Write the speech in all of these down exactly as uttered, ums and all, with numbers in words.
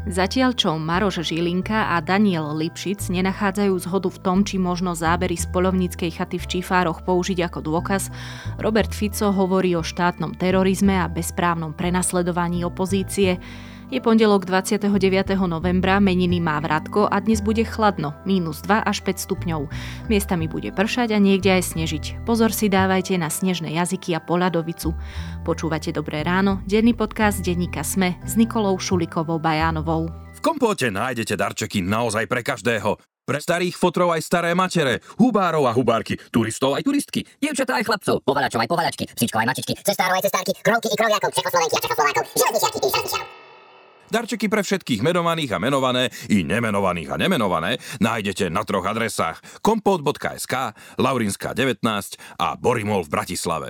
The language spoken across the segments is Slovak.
Zatiaľ čo Maroš Žilinka a Daniel Lipšic nenachádzajú zhodu v tom, či možno zábery z poľovníckej chaty v Čífároch použiť ako dôkaz, Robert Fico hovorí o štátnom terorizme a bezprávnom prenasledovaní opozície. Je pondelok dvadsiateho deviateho novembra, meniny má Vratko a dnes bude chladno, mínus dva až päť stupňov. Miestami bude pršať a niekde aj snežiť. Pozor si dávajte na snežné jazyky a poľadovicu. Počúvate Dobré ráno, denný podcast denníka SME s Nikolou Šulikovou-Bajánovou. V Kompóte nájdete darčeky naozaj pre každého. Pre starých fotrov aj staré matere, hubárov a hubárky, turistov aj turistky, dievčatá aj chlapcov, povalačov aj povalačky, psíčkov aj mačičky, cestárov aj cestárky, krovky i kroviakov, Čechoslovenky a Čechoslovákov, železničiarky i železničiarov. Darčeky pre všetkých menovaných a menované i nemenovaných a nemenované nájdete na troch adresách kompot bodka es ká, Laurinská devätnásť a Borimol v Bratislave.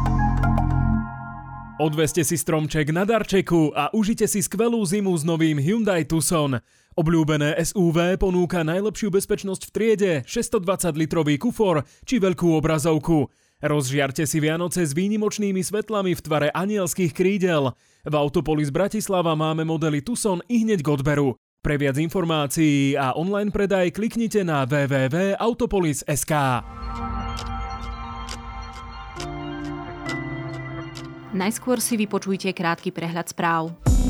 Odveste si stromček na darčeku a užite si skvelú zimu s novým Hyundai Tucson. Obľúbené es ú vé ponúka najlepšiu bezpečnosť v triede, šesťstodvadsať litrový kufor či veľkú obrazovku. Rozžiarte si Vianoce s výnimočnými svetlami v tvare anielských krídel. V Autopolis Bratislava máme modely Tucson i hneď k odberu. Pre viac informácií a online predaj kliknite na w w w bodka autopolis bodka es ká. Najskôr si vypočujte krátky prehľad správ.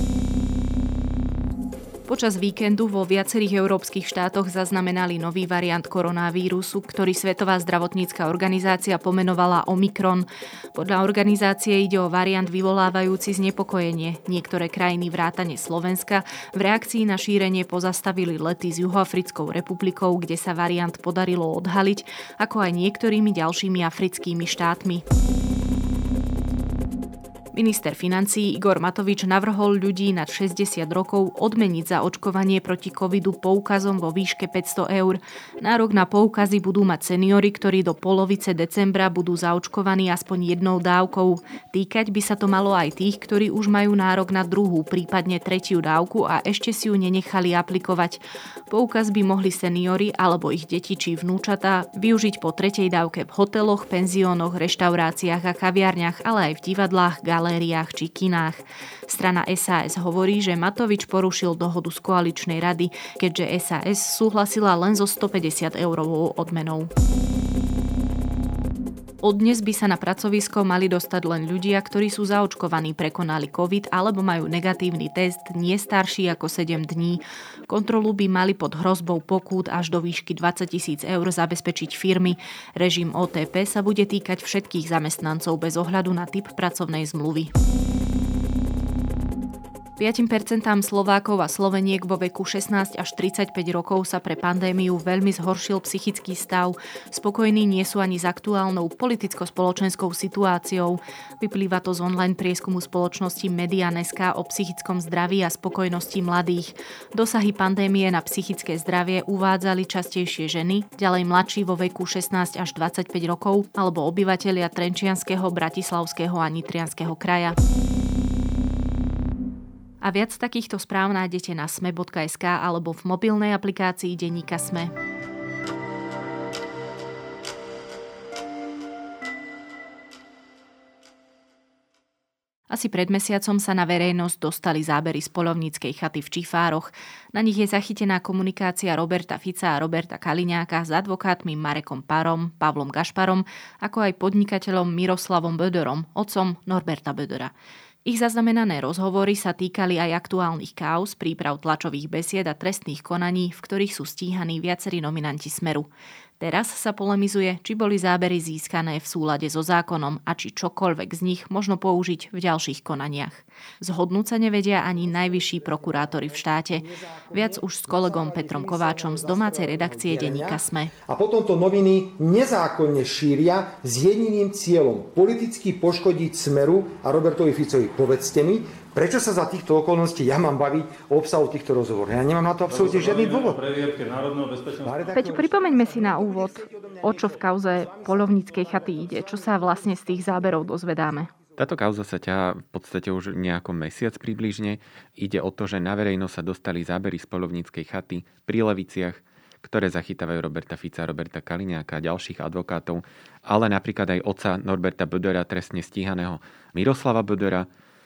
Počas víkendu vo viacerých európskych štátoch zaznamenali nový variant koronavírusu, ktorý Svetová zdravotnícka organizácia pomenovala Omikron. Podľa organizácie ide o variant vyvolávajúci znepokojenie. Niektoré krajiny vrátane Slovenska v reakcii na šírenie pozastavili lety s Juhoafrickou republikou, kde sa variant podarilo odhaliť, ako aj niektorými ďalšími africkými štátmi. Minister financií Igor Matovič navrhol ľudí nad šesťdesiat rokov odmeniť za očkovanie proti covidu poukazom vo výške päťsto eur. Nárok na poukazy budú mať seniori, ktorí do polovice decembra budú zaočkovaní aspoň jednou dávkou. Týkať by sa to malo aj tých, ktorí už majú nárok na druhú, prípadne tretiu dávku a ešte si ju nenechali aplikovať. Poukaz by mohli seniori alebo ich deti či vnúčatá využiť po tretej dávke v hoteloch, penziónoch, reštauráciách a kaviarniach, ale aj v divadlách, galériách či kinách. Strana es a es hovorí, že Matovič porušil dohodu z koaličnej rady, keďže es a es súhlasila len so stopäťdesiat eurovou odmenou. Od dnes by sa na pracovisko mali dostať len ľudia, ktorí sú zaočkovaní, prekonali COVID alebo majú negatívny test nie starší ako sedem dní. Kontrolu by mali pod hrozbou pokút až do výšky dvadsať tisíc eur zabezpečiť firmy. Režim ó té pé sa bude týkať všetkých zamestnancov bez ohľadu na typ pracovnej zmluvy. päť percent Slovákov a Sloveniek vo veku šestnásť až tridsaťpäť rokov sa pre pandémiu veľmi zhoršil psychický stav. Spokojní nie sú ani s aktuálnou politicko-spoločenskou situáciou. Vyplýva to z online prieskumu spoločnosti Median bodka es ká o psychickom zdraví a spokojnosti mladých. Dosahy pandémie na psychické zdravie uvádzali častejšie ženy, ďalej mladší vo veku šestnásť až dvadsaťpäť rokov alebo obyvatelia Trenčianskeho, Bratislavského a Nitrianskeho kraja. A viac takýchto správ nájdete na sme bodka es ká alebo v mobilnej aplikácii denníka SME. Asi pred mesiacom sa na verejnosť dostali zábery z poľovníckej chaty v Čífároch. Na nich je zachytená komunikácia Roberta Fica a Roberta Kaliňáka s advokátmi Marekom Parom, Pavlom Gašparom, ako aj podnikateľom Miroslavom Böderom, otcom Norberta Bödera. Ich zaznamenané rozhovory sa týkali aj aktuálnych káuz, príprav tlačových besied a trestných konaní, v ktorých sú stíhaní viacerí nominanti Smeru. Teraz sa polemizuje, či boli zábery získané v súlade so zákonom a či čokoľvek z nich možno použiť v ďalších konaniach. Zhodnúť sa nevedia ani najvyšší prokurátori v štáte. Viac už s kolegom Petrom Kováčom z domácej redakcie denníka SME. A potom to noviny nezákonne šíria s jediným cieľom politicky poškodiť Smeru a Robertovi Ficovi. Povedzte mi, prečo sa za týchto okolností ja mám baviť o obsahu týchto rozhovorov? Ja nemám na to absolútne žiadny dôvod. Peťo, pripomeňme si na úvod, o čo v kauze poľovníckej chaty ide. Čo sa vlastne z tých záberov dozvedáme? Táto kauza sa ťahá v podstate už nejakom mesiac približne. Ide o to, že na verejnosť sa dostali zábery z poľovníckej chaty pri Leviciach, ktoré zachytávajú Roberta Fica, Roberta Kaliňáka a ďalších advokátov, ale napríklad aj otca Norberta Bödera, trestne stíhaného Miroslava Bödera.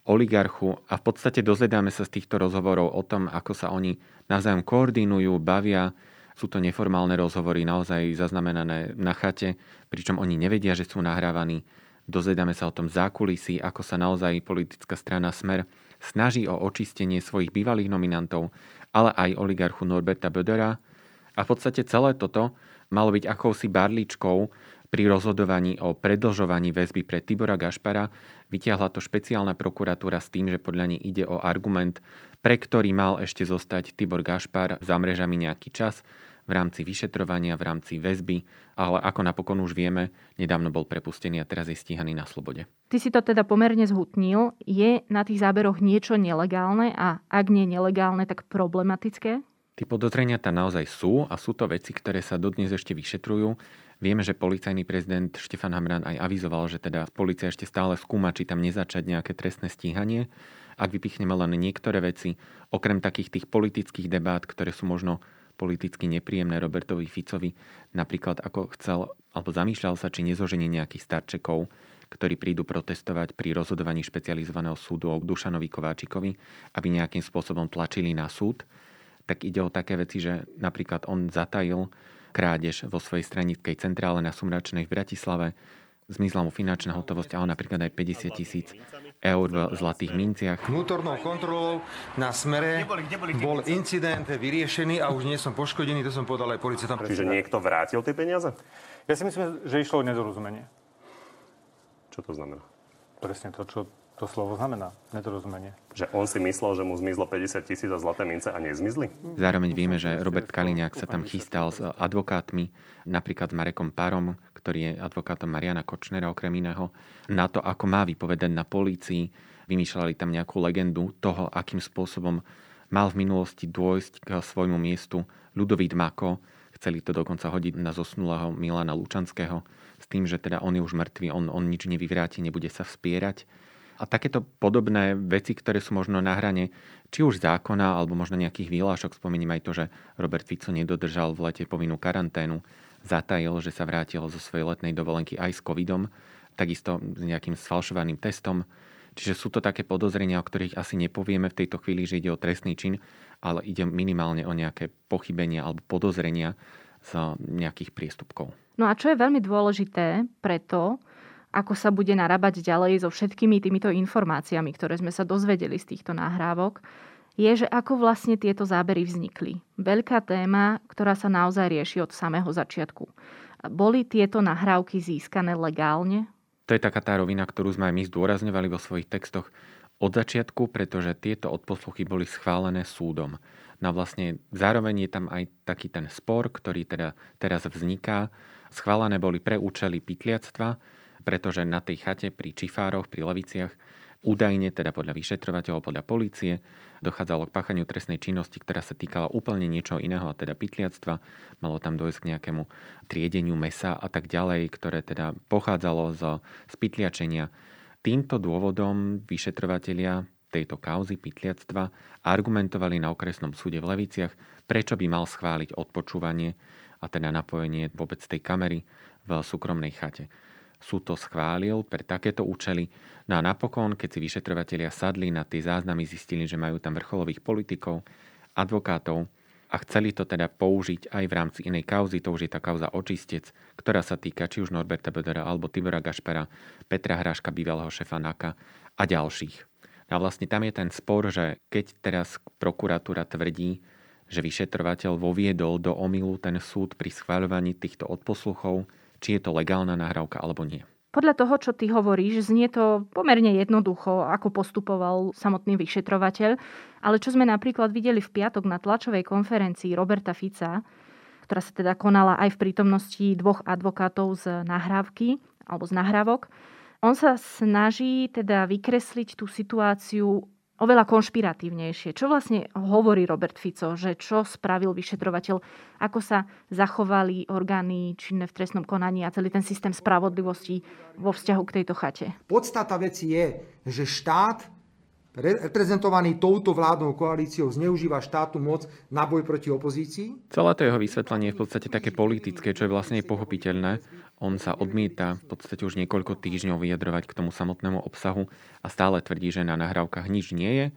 oligarchu a v podstate dozvedáme sa z týchto rozhovorov o tom, ako sa oni navzájom koordinujú, bavia. Sú to neformálne rozhovory naozaj zaznamenané na chate, pričom oni nevedia, že sú nahrávaní. Dozvedáme sa o tom zákulisí, ako sa naozaj politická strana Smer snaží o očistenie svojich bývalých nominantov, ale aj oligarchu Norberta Bödera. A v podstate celé toto malo byť akousi barličkou pri rozhodovaní o predĺžovaní väzby pre Tibora Gašpara. Vytiahla to špeciálna prokuratúra s tým, že podľa nej ide o argument, pre ktorý mal ešte zostať Tibor Gašpar za mrežami nejaký čas v rámci vyšetrovania, v rámci väzby, ale ako napokon už vieme, nedávno bol prepustený a teraz je stíhaný na slobode. Ty si to teda pomerne zhutnil. Je na tých záberoch niečo nelegálne a ak nie nelegálne, tak problematické? Tí podozrenia tam naozaj sú a sú to veci, ktoré sa dodnes ešte vyšetrujú. Vieme, že policajný prezident Štefan Hamran aj avizoval, že teda polícia ešte stále skúma, či tam nezačať nejaké trestné stíhanie. Ak vypichneme len niektoré veci, okrem takých tých politických debát, ktoré sú možno politicky nepríjemné Robertovi Ficovi, napríklad ako chcel alebo zamýšľal sa, či nezoženie nejakých starčekov, ktorí prídu protestovať pri rozhodovaní špecializovaného súdu o Dušanovi Kováčikovi, aby nejakým spôsobom tlačili na súd, tak ide o také veci, že napríklad on zatajil krádež vo svojej stranickej centrále na Sumračnej v Bratislave, zmizla mu finančná hotovosť, ale napríklad aj päťdesiat tisíc eur v zlatých minciach. Vnútornou kontrolou na Smere bol incident vyriešený a už nie som poškodený, to som povedal aj policajtom. Čiže niekto vrátil tie peniaze? Ja si myslím, že išlo o nedorozumenie. Čo to znamená? Presne to, čo to slovo znamená, nedorozumenie. Že on si myslel, že mu zmizlo päťdesiat tisíc a zlaté mince a nezmizli? Zároveň vieme, že Robert Kaliňák sa tam chystal s advokátmi, napríklad s Marekom Parom, ktorý je advokátom Mariana Kočnera okrem iného, na to, ako má vypovedať na polícii. Vymýšľali tam nejakú legendu toho, akým spôsobom mal v minulosti dôjsť k svojmu miestu Ľudovít Mako. Chceli to dokonca hodiť na zosnulého Milana Lučanského s tým, že teda on je už mŕtvý, on, on nič nevyvráti, nebude sa vspierať. A takéto podobné veci, ktoré sú možno na hrane, či už zákona, alebo možno nejakých výhlášok, spomeniem aj to, že Robert Fico nedodržal v lete povinnú karanténu, zatajil, že sa vrátil zo svojej letnej dovolenky aj s covidom, takisto s nejakým sfalšovaným testom. Čiže sú to také podozrenia, o ktorých asi nepovieme v tejto chvíli, že ide o trestný čin, ale ide minimálne o nejaké pochybenia alebo podozrenia z nejakých priestupkov. No a čo je veľmi dôležité preto, ako sa bude narábať ďalej so všetkými týmito informáciami, ktoré sme sa dozvedeli z týchto nahrávok, je, že ako vlastne tieto zábery vznikli. Veľká téma, ktorá sa naozaj rieši od samého začiatku. Boli tieto nahrávky získané legálne? To je taká tá rovina, ktorú sme aj my zdôrazňovali vo svojich textoch od začiatku, pretože tieto odposluchy boli schválené súdom. No vlastne zároveň je tam aj taký ten spor, ktorý teda teraz vzniká. Schválené boli pre účely pytliactva, pretože na tej chate pri Čifároch, pri Leviciach, údajne, teda podľa vyšetrovateľov, podľa polície, dochádzalo k páchaniu trestnej činnosti, ktorá sa týkala úplne niečoho iného, a teda pytliactva. Malo tam dojsť k nejakému triedeniu mesa a tak ďalej, ktoré teda pochádzalo z, z pytliačenia. Týmto dôvodom vyšetrovatelia tejto kauzy pytliactva argumentovali na okresnom súde v Leviciach, prečo by mal schváliť odpočúvanie a teda napojenie vôbec tej kamery v súkromnej chate. Súd to schválil pre takéto účely. No a napokon, keď si vyšetrovatelia sadli na tie záznamy, zistili, že majú tam vrcholových politikov, advokátov a chceli to teda použiť aj v rámci inej kauzy. To už je tá kauza Očistec, ktorá sa týka či už Norberta Bödera alebo Tibora Gašpara, Petra Hráška, bývalého šéfa NAKA a ďalších. No a vlastne tam je ten spor, že keď teraz prokuratúra tvrdí, že vyšetrovateľ voviedol do omylu ten súd pri schvaľovaní týchto odposluchov, či je to legálna nahrávka alebo nie. Podľa toho, čo ty hovoríš, znie to pomerne jednoducho, ako postupoval samotný vyšetrovateľ, ale čo sme napríklad videli v piatok na tlačovej konferencii Roberta Fica, ktorá sa teda konala aj v prítomnosti dvoch advokátov z nahrávky alebo z nahrávok, on sa snaží teda vykresliť tú situáciu oveľa konšpiratívnejšie. Čo vlastne hovorí Robert Fico, že čo spravil vyšetrovateľ, ako sa zachovali orgány činné v trestnom konaní a celý ten systém spravodlivosti vo vzťahu k tejto chate? Podstata veci je, že štát, reprezentovaný touto vládnou koalíciou, zneužíva štátnu moc na boj proti opozícii. Celé to jeho vysvetlenie je v podstate také politické, čo je vlastne pochopiteľné. On sa odmieta v podstate už niekoľko týždňov vyjadrovať k tomu samotnému obsahu a stále tvrdí, že na nahrávkach nič nie je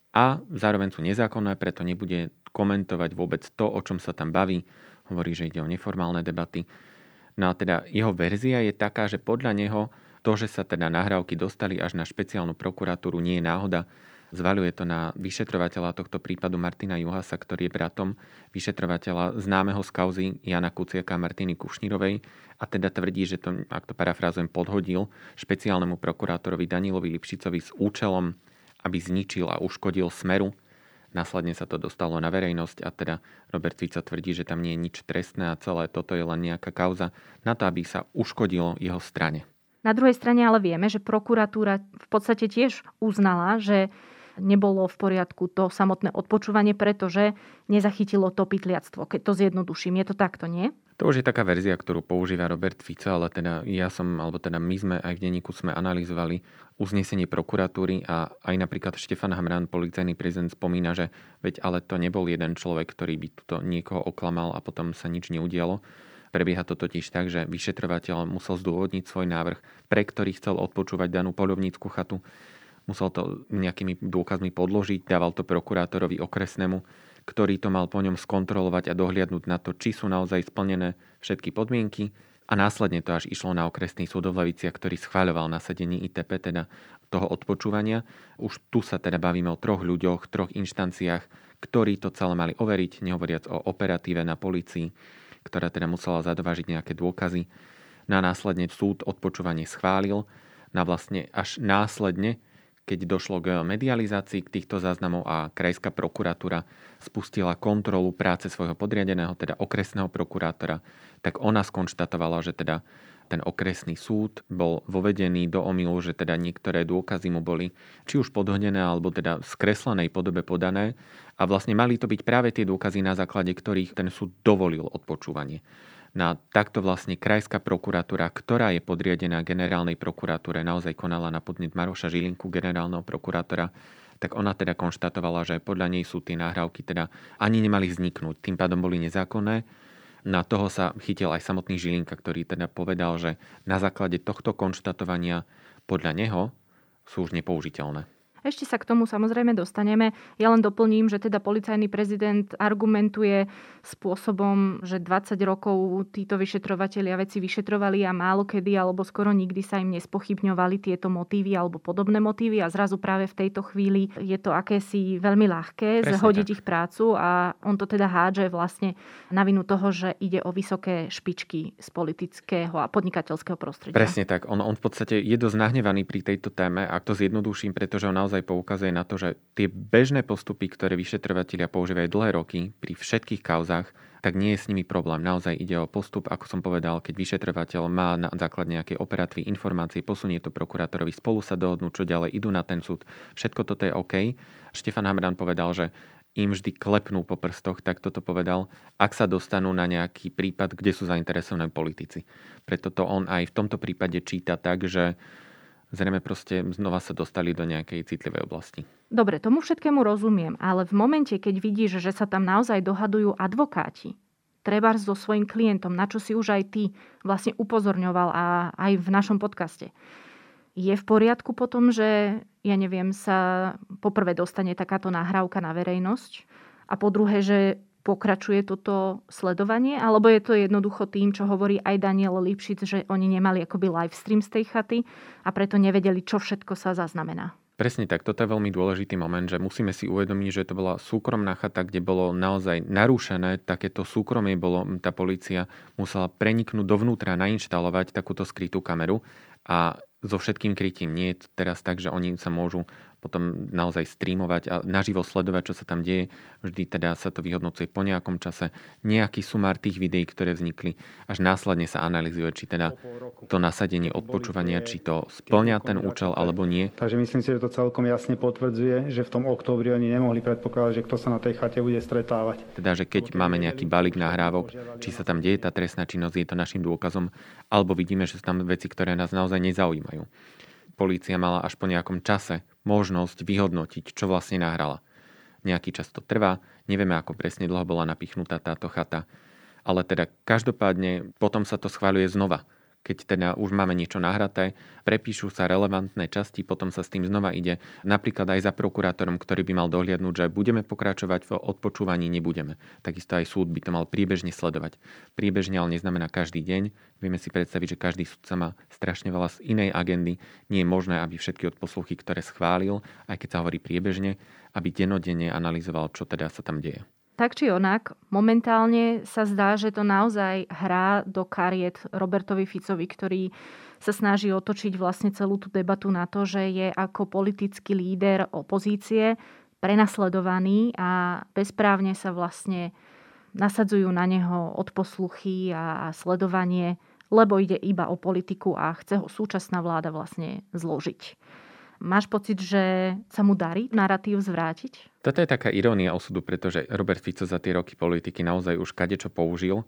a zároveň sú nezákonné, preto nebude komentovať vôbec to, o čom sa tam baví. Hovorí, že ide o neformálne debaty. No a teda jeho verzia je taká, že podľa neho to, že sa teda nahrávky dostali až na špeciálnu prokuratúru, nie je náhoda. Zvaľuje to na vyšetrovateľa tohto prípadu Martina Juhasa, ktorý je bratom vyšetrovateľa známeho z kauzy Jana Kuciaka a Martiny Kušnírovej a teda tvrdí, že to, ak to parafrázujem, podhodil špeciálnemu prokurátorovi Danilovi Lipšicovi s účelom, aby zničil a uškodil Smeru. Následne sa to dostalo na verejnosť a teda Robert Fico tvrdí, že tam nie je nič trestné a celé toto je len nejaká kauza na to, aby sa uškodilo jeho strane. Na druhej strane ale vieme, že prokuratúra v podstate tiež uznala, že nebolo v poriadku to samotné odpočúvanie, pretože nezachytilo to pytliactvo. Keď to zjednoduším, je to takto, nie? To už je taká verzia, ktorú používa Robert Fico, ale teda ja som, alebo teda my sme aj v denníku sme analyzovali uznesenie prokuratúry a aj napríklad Štefan Hamran, policajný prezident, spomína, že veď ale to nebol jeden človek, ktorý by tuto niekoho oklamal a potom sa nič neudialo. Prebieha to totiž tak, že vyšetrovateľ musel zdôvodniť svoj návrh, pre ktorý chcel odpočúvať danú poľovnícku chatu. Musel to nejakými dôkazmi podložiť, dával to prokurátorovi okresnému, ktorý to mal po ňom skontrolovať a dohliadnúť na to, či sú naozaj splnené všetky podmienky. A následne to až išlo na okresný súd v Leviciach, ktorý schváľoval nasadenie í té pé, teda toho odpočúvania. Už tu sa teda bavíme o troch ľuďoch, troch inštanciách, ktorí to celé mali overiť, nehovoriac o operatíve na polícii, ktorá teda musela zadovážiť nejaké dôkazy. No a následne súd odpočúvanie schválil. Na vlastne až následne, keď došlo k medializácii k týchto záznamov a krajská prokuratúra spustila kontrolu práce svojho podriadeného, teda okresného prokurátora, tak ona skonštatovala, že teda ten okresný súd bol vovedený do omylu, že teda niektoré dôkazy mu boli či už podhodené, alebo teda v skreslenej podobe podané. A vlastne mali to byť práve tie dôkazy, na základe ktorých ten súd dovolil odpočúvanie. Na takto vlastne krajská prokuratúra, ktorá je podriadená generálnej prokuratúre, naozaj konala na podnet Maroša Žilinku, generálneho prokurátora, tak ona teda konštatovala, že podľa nej sú tie nahrávky teda ani nemali vzniknúť, tým pádom boli nezákonné. Na toho sa chytil aj samotný Žilinka, ktorý teda povedal, že na základe tohto konštatovania podľa neho sú už nepoužiteľné. Ešte sa k tomu samozrejme dostaneme. Ja len doplním, že teda policajný prezident argumentuje spôsobom, že dvadsať rokov títo vyšetrovatelia veci vyšetrovali a málo kedy alebo skoro nikdy sa im nespochybňovali tieto motívy alebo podobné motívy a zrazu práve v tejto chvíli je to akési veľmi ľahké Presne zhodiť tak. ich prácu a on to teda hádže vlastne na vinu toho, že ide o vysoké špičky z politického a podnikateľského prostredia. Presne tak. On, on v podstate je dosť nahnevaný pri tejto téme, ak to zjednoduším, pretože on naozaj poukazuje na to, že tie bežné postupy, ktoré vyšetrovatelia používajú dlhé roky pri všetkých kauzách, tak nie je s nimi problém. Naozaj ide o postup, ako som povedal, keď vyšetrovateľ má na základ nejakej operatívy informácie, posunie to prokurátorovi, spolu sa dohodnú, čo ďalej, idú na ten súd. Všetko toto je OK. Štefan Hamran povedal, že im vždy klepnú po prstoch, tak toto povedal, ak sa dostanú na nejaký prípad, kde sú zainteresovaní politici. Preto to on aj v tomto prípade číta tak, že zrejme proste znova sa dostali do nejakej citlivej oblasti. Dobre, tomu všetkému rozumiem, ale v momente, keď vidíš, že sa tam naozaj dohadujú advokáti, trebárs so svojím klientom, na čo si už aj ty vlastne upozorňoval a aj v našom podcaste, je v poriadku potom, že, ja neviem, sa poprvé dostane takáto nahrávka na verejnosť a po druhé, že pokračuje toto sledovanie, alebo je to jednoducho tým, čo hovorí aj Daniel Lipšic, že oni nemali akoby live stream z tej chaty a preto nevedeli, čo všetko sa zaznamená. Presne tak, toto je veľmi dôležitý moment, že musíme si uvedomiť, že to bola súkromná chata, kde bolo naozaj narušené takéto súkromie, bolo, tá polícia musela preniknúť dovnútra, nainštalovať takúto skrytú kameru a so všetkým krytím. Nie je to teraz tak, že oni sa môžu potom naozaj streamovať a naživo sledovať, čo sa tam deje. Vždy teda sa to vyhodnocuje po nejakom čase. Nejaký sumár tých videí, ktoré vznikli. Až následne sa analyzuje, či teda to nasadenie odpočúvania, či to spĺňa ten účel alebo nie. Takže myslím si, že to celkom jasne potvrdzuje, že v tom októbri oni nemohli predpokladať, že kto sa na tej chate bude stretávať. Teda, že keď máme nejaký balík nahrávok, či sa tam deje tá trestná činnosť, je to našim dôkazom, alebo vidíme, že sú tam veci, ktoré nás naozaj nezaujímajú. Polícia mala až po nejakom čase možnosť vyhodnotiť, čo vlastne nahrala. Nejaký čas to trvá, nevieme, ako presne dlho bola napichnutá táto chata, ale teda každopádne potom sa to schváľuje znova. keď teda už máme niečo nahraté, prepíšu sa relevantné časti, potom sa s tým znova ide napríklad aj za prokurátorom, ktorý by mal dohliadnúť, že budeme pokračovať v odpočúvaní, nebudeme. Takisto aj súd by to mal priebežne sledovať. Priebežne ale neznamená každý deň. Vieme si predstaviť, že každý sudca má strašne veľa z inej agendy. Nie je možné, aby všetky odposluchy, ktoré schválil, aj keď sa hovorí priebežne, aby denodenne analyzoval, čo teda sa tam deje. Tak či onak, momentálne sa zdá, že to naozaj hrá do kariet Robertovi Ficovi, ktorý sa snaží otočiť vlastne celú tú debatu na to, že je ako politický líder opozície prenasledovaný a bezprávne sa vlastne nasadzujú na neho odposluchy a sledovanie, lebo ide iba o politiku a chce ho súčasná vláda vlastne zložiť. Máš pocit, že sa mu darí narratív zvrátiť? Toto je taká irónia osudu, pretože Robert Fico za tie roky politiky naozaj už kadečo použil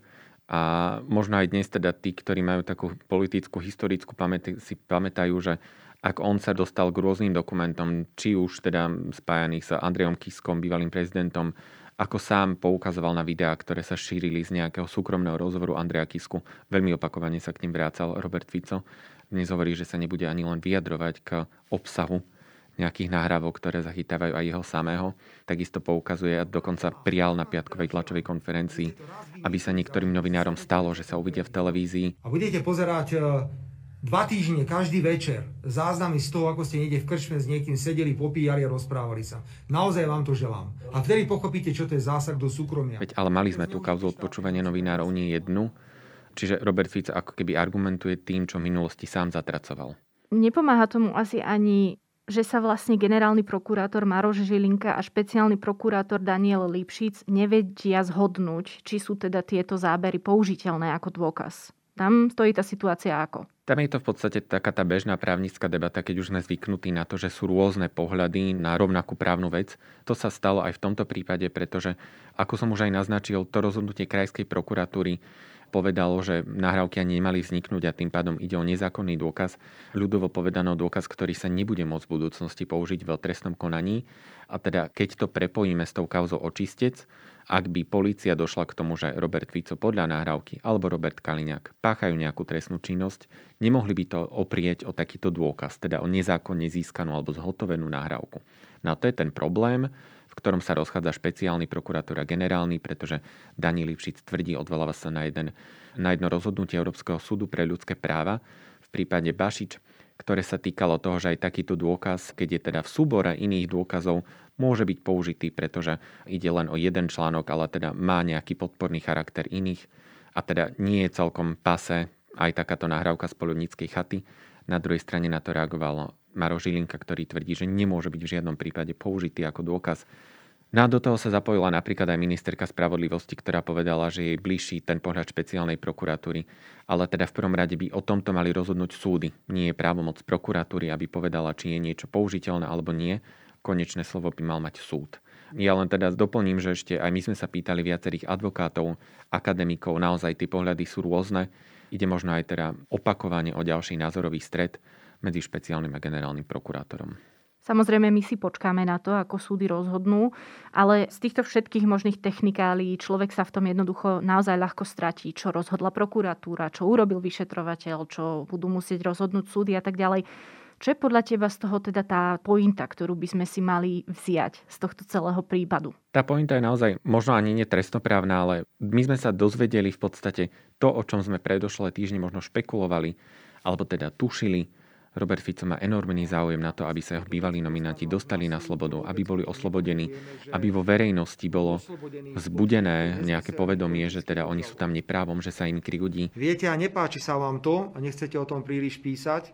a možno aj dnes teda tí, ktorí majú takú politickú, historickú pamäť, si pamätajú, že ak on sa dostal k rôznym dokumentom, či už teda spájaných s Andrejom Kiskom, bývalým prezidentom, ako sám poukazoval na videá, ktoré sa šírili z nejakého súkromného rozhovoru Andreja Kisku, veľmi opakovane sa k ním vrácal Robert Fico. Dnes hovorí, že sa nebude ani len vyjadrovať k obsahu nejakých nahrávok, ktoré zachytávajú aj jeho samého. Takisto poukazuje a dokonca prijal na piatkovej tlačovej konferencii, aby sa niektorým novinárom stalo, že sa uvidia v televízii. A budete pozerať dva týždne, každý večer, záznamy z toho, ako ste niekde v krčme s niekým sedeli, popíjali a rozprávali sa. Naozaj vám to želám. A vtedy pochopíte, čo to je zásah do súkromia. Veď ale mali sme tú kauzu odpočúvania novinárov nie jednu. Čiže Robert Fico ako keby argumentuje tým, čo v minulosti sám zatracoval. Nepomáha tomu asi ani, že sa vlastne generálny prokurátor Maroš Žilinka a špeciálny prokurátor Daniel Lipšic nevedia zhodnúť, či sú teda tieto zábery použiteľné ako dôkaz. Tam stojí tá situácia ako? Tam je to v podstate taká tá bežná právnická debata, keď už sme zvyknutí na to, že sú rôzne pohľady na rovnakú právnu vec. To sa stalo aj v tomto prípade, pretože, ako som už aj naznačil, to rozhodnutie krajskej prokuratúry povedalo, že nahrávky ani nemali vzniknúť a tým pádom ide o nezákonný dôkaz. Ľudovo povedaný dôkaz, ktorý sa nebude môcť v budúcnosti použiť v trestnom konaní. A teda keď to prepojíme s tou kauzou očistec, ak by polícia došla k tomu, že Robert Fico podľa nahrávky alebo Robert Kaliňák páchajú nejakú trestnú činnosť, nemohli by to oprieť o takýto dôkaz, teda o nezákonne získanú alebo zhotovenú nahrávku. No a to je ten problém, v ktorom sa rozchádza špeciálny prokurátor a generálny, pretože Daniel Lipšic tvrdí, odvoláva sa na, jeden, na jedno rozhodnutie Európskeho súdu pre ľudské práva v prípade Bašič, ktoré sa týkalo toho, že aj takýto dôkaz, keď je teda v súbore iných dôkazov, môže byť použitý, pretože ide len o jeden článok, ale teda má nejaký podporný charakter iných a teda nie je celkom pase aj takáto nahrávka z poľovníckej chaty. Na druhej strane na to reagoval Maroš Žilinka, ktorý tvrdí, že nemôže byť v žiadnom prípade použitý ako dôkaz. No a do toho sa zapojila napríklad aj ministerka spravodlivosti, ktorá povedala, že jej bližší ten pohľad špeciálnej prokuratúry. Ale teda v prvom rade by o tomto mali rozhodnúť súdy. Nie je právomoc prokuratúry, aby povedala, či je niečo použiteľné alebo nie. Konečné slovo by mal mať súd. Ja len teda doplním, že ešte aj my sme sa pýtali viacerých advokátov, akademikov, naozaj tie pohľady sú rôzne. Ide možno aj teda opakovane o ďalší názorový stret medzi špeciálnym a generálnym prokurátorom. Samozrejme, my si počkáme na to, ako súdy rozhodnú, ale z týchto všetkých možných technikálií človek sa v tom jednoducho naozaj ľahko stratí, čo rozhodla prokuratúra, čo urobil vyšetrovateľ, čo budú musieť rozhodnúť súdy a tak ďalej. Čo je podľa teba z toho teda tá pointa, ktorú by sme si mali vziať z tohto celého prípadu? Tá pointa je naozaj možno ani nie trestnoprávna, ale my sme sa dozvedeli v podstate to, o čom sme predošlé týždne možno špekulovali, alebo teda tušili. Robert Fico má enormný záujem na to, aby sa jeho bývalí nominanti dostali na slobodu, aby boli oslobodení, aby vo verejnosti bolo vzbudené nejaké povedomie, že teda oni sú tam neprávom, že sa im krivdí. Viete, a nepáči sa vám to, a nechcete o tom príliš písať,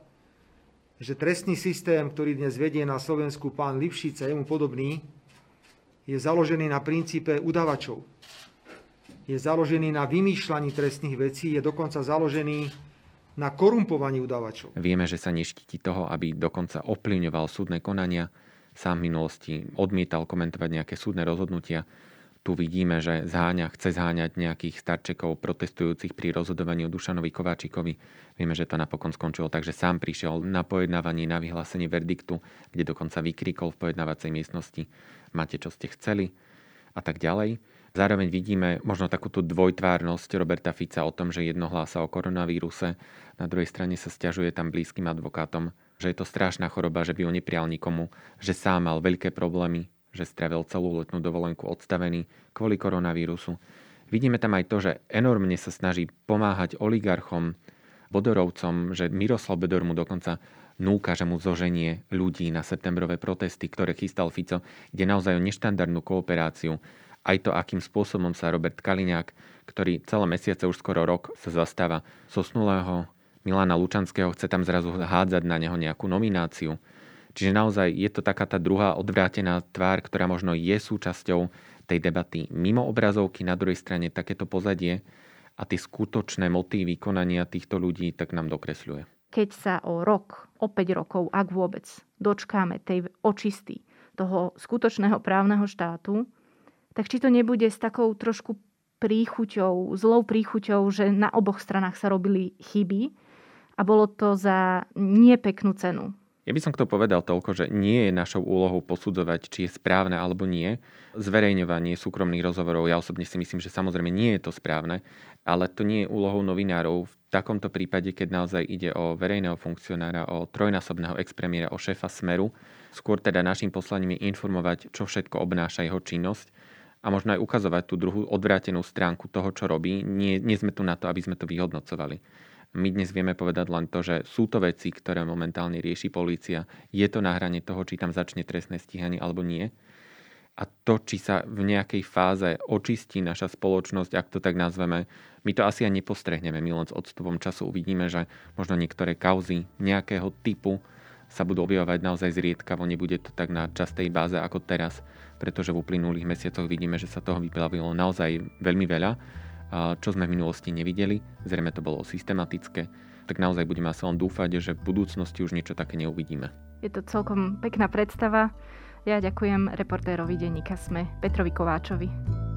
že trestný systém, ktorý dnes vedie na Slovensku pán Lipšic a jemu podobný, je založený na princípe udavačov. Je založený na vymýšľaní trestných vecí, je dokonca založený na korumpovaní udavačov. Vieme, že sa neštíti toho, aby dokonca ovplyvňoval súdne konania. Sám v minulosti odmietal komentovať nejaké súdne rozhodnutia. Tu vidíme, že zháňa, chce zháňať nejakých starčekov protestujúcich pri rozhodovaní o Dušanovi Kováčikovi. Vieme, že to napokon skončilo tak, že sám prišiel na pojednávanie, na vyhlásenie verdiktu, kde dokonca vykrikol v pojednávacej miestnosti: máte, čo ste chceli a tak ďalej. Zároveň vidíme možno takúto dvojtvárnosť Roberta Fica o tom, že jedno hlása o koronavíruse, na druhej strane sa sťažuje tam blízkym advokátom, že je to strašná choroba, že by ho neprijal nikomu, že sám mal veľké problémy, že strávil celú letnú dovolenku odstavený kvôli koronavírusu. Vidíme tam aj to, že enormne sa snaží pomáhať oligarchom, bodorovcom, že Miroslav Bodor mu dokonca núka, že mu zoženie ľudí na septembrové protesty, ktoré chystal Fico. Ide naozaj o neštandardnú kooperáciu. Aj to, akým spôsobom sa Robert Kaliňák, ktorý celé mesiace, už skoro rok, sa zastáva zosnulého Milana Lučanského, chce tam zrazu hádzať na neho nejakú nomináciu. Čiže naozaj je to taká tá druhá odvrátená tvár, ktorá možno je súčasťou tej debaty mimo obrazovky, na druhej strane takéto pozadie a tie skutočné motívy konania týchto ľudí tak nám dokresľuje. Keď sa o rok, o päť rokov, ak vôbec, dočkáme tej očisty toho skutočného právneho štátu, tak či to nebude s takou trošku príchuťou, zlou príchuťou, že na oboch stranách sa robili chyby a bolo to za nepeknú cenu. Ja by som k tomu povedal toľko, že nie je našou úlohou posudzovať, či je správne alebo nie. Zverejňovanie súkromných rozhovorov, ja osobne si myslím, že samozrejme nie je to správne, ale to nie je úlohou novinárov. V takomto prípade, keď naozaj ide o verejného funkcionára, o trojnásobného expremiéra, o šéfa Smeru, skôr teda našim poslaním je informovať, čo všetko obnáša jeho činnosť a možno aj ukazovať tú druhú odvrátenú stránku toho, čo robí. Nie, nie sme tu na to, aby sme to vyhodnocovali. My dnes vieme povedať len to, že sú to veci, ktoré momentálne rieši polícia. Je to na hrane toho, či tam začne trestné stíhanie alebo nie. A to, či sa v nejakej fáze očistí naša spoločnosť, ak to tak nazveme, my to asi aj nepostrehneme. My len s odstupom času uvidíme, že možno niektoré kauzy nejakého typu sa budú objavovať naozaj zriedkavo. Nebude to tak na častej báze ako teraz, pretože v uplynulých mesiacoch vidíme, že sa toho vyplavilo naozaj veľmi veľa, čo sme v minulosti nevideli, zrejme to bolo systematické, tak naozaj budeme asi len dúfať, že v budúcnosti už niečo také neuvidíme. Je to celkom pekná predstava. Ja ďakujem reportérovi denníka SME Petrovi Kováčovi.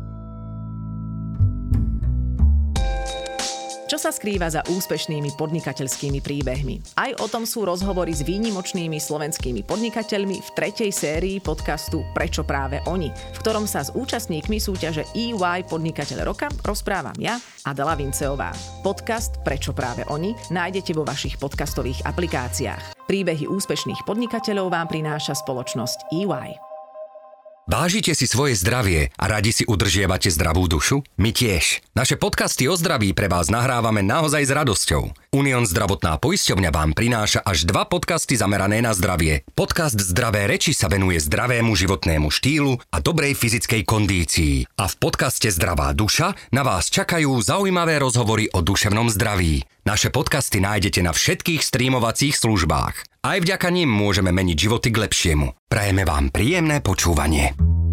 Čo sa skrýva za úspešnými podnikateľskými príbehmi? Aj o tom sú rozhovory s výnimočnými slovenskými podnikateľmi v tretej sérii podcastu Prečo práve oni, v ktorom sa s účastníkmi súťaže é vaj Podnikateľ roka rozprávam ja, Adela Vinceová. Podcast Prečo práve oni nájdete vo vašich podcastových aplikáciách. Príbehy úspešných podnikateľov vám prináša spoločnosť é vaj. Vážite si svoje zdravie a radi si udržiavate zdravú dušu? My tiež. Naše podcasty o zdraví pre vás nahrávame naozaj s radosťou. Unión zdravotná poisťovňa vám prináša až dva podcasty zamerané na zdravie. Podcast Zdravé reči sa venuje zdravému životnému štýlu a dobrej fyzickej kondícii. A v podcaste Zdravá duša na vás čakajú zaujímavé rozhovory o duševnom zdraví. Naše podcasty nájdete na všetkých streamovacích službách. Aj vďaka nim môžeme meniť životy k lepšiemu. Prajeme vám príjemné počúvanie.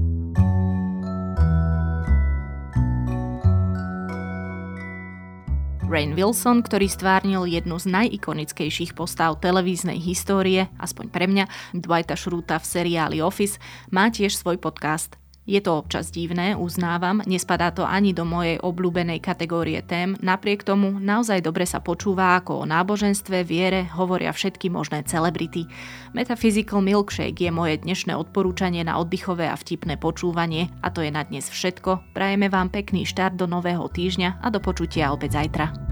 Rainn Wilson, ktorý stvárnil jednu z najikonickejších postav televíznej histórie, aspoň pre mňa, Dwighta Schrutha v seriáli Office, má tiež svoj podcast. Je to občas divné, uznávam, nespadá to ani do mojej obľúbenej kategórie tém, napriek tomu naozaj dobre sa počúva, ako o náboženstve, viere hovoria všetky možné celebrity. Metaphysical Milkshake je moje dnešné odporúčanie na oddychové a vtipné počúvanie a to je na dnes všetko. Prajeme vám pekný štart do nového týždňa a do počutia opäť zajtra.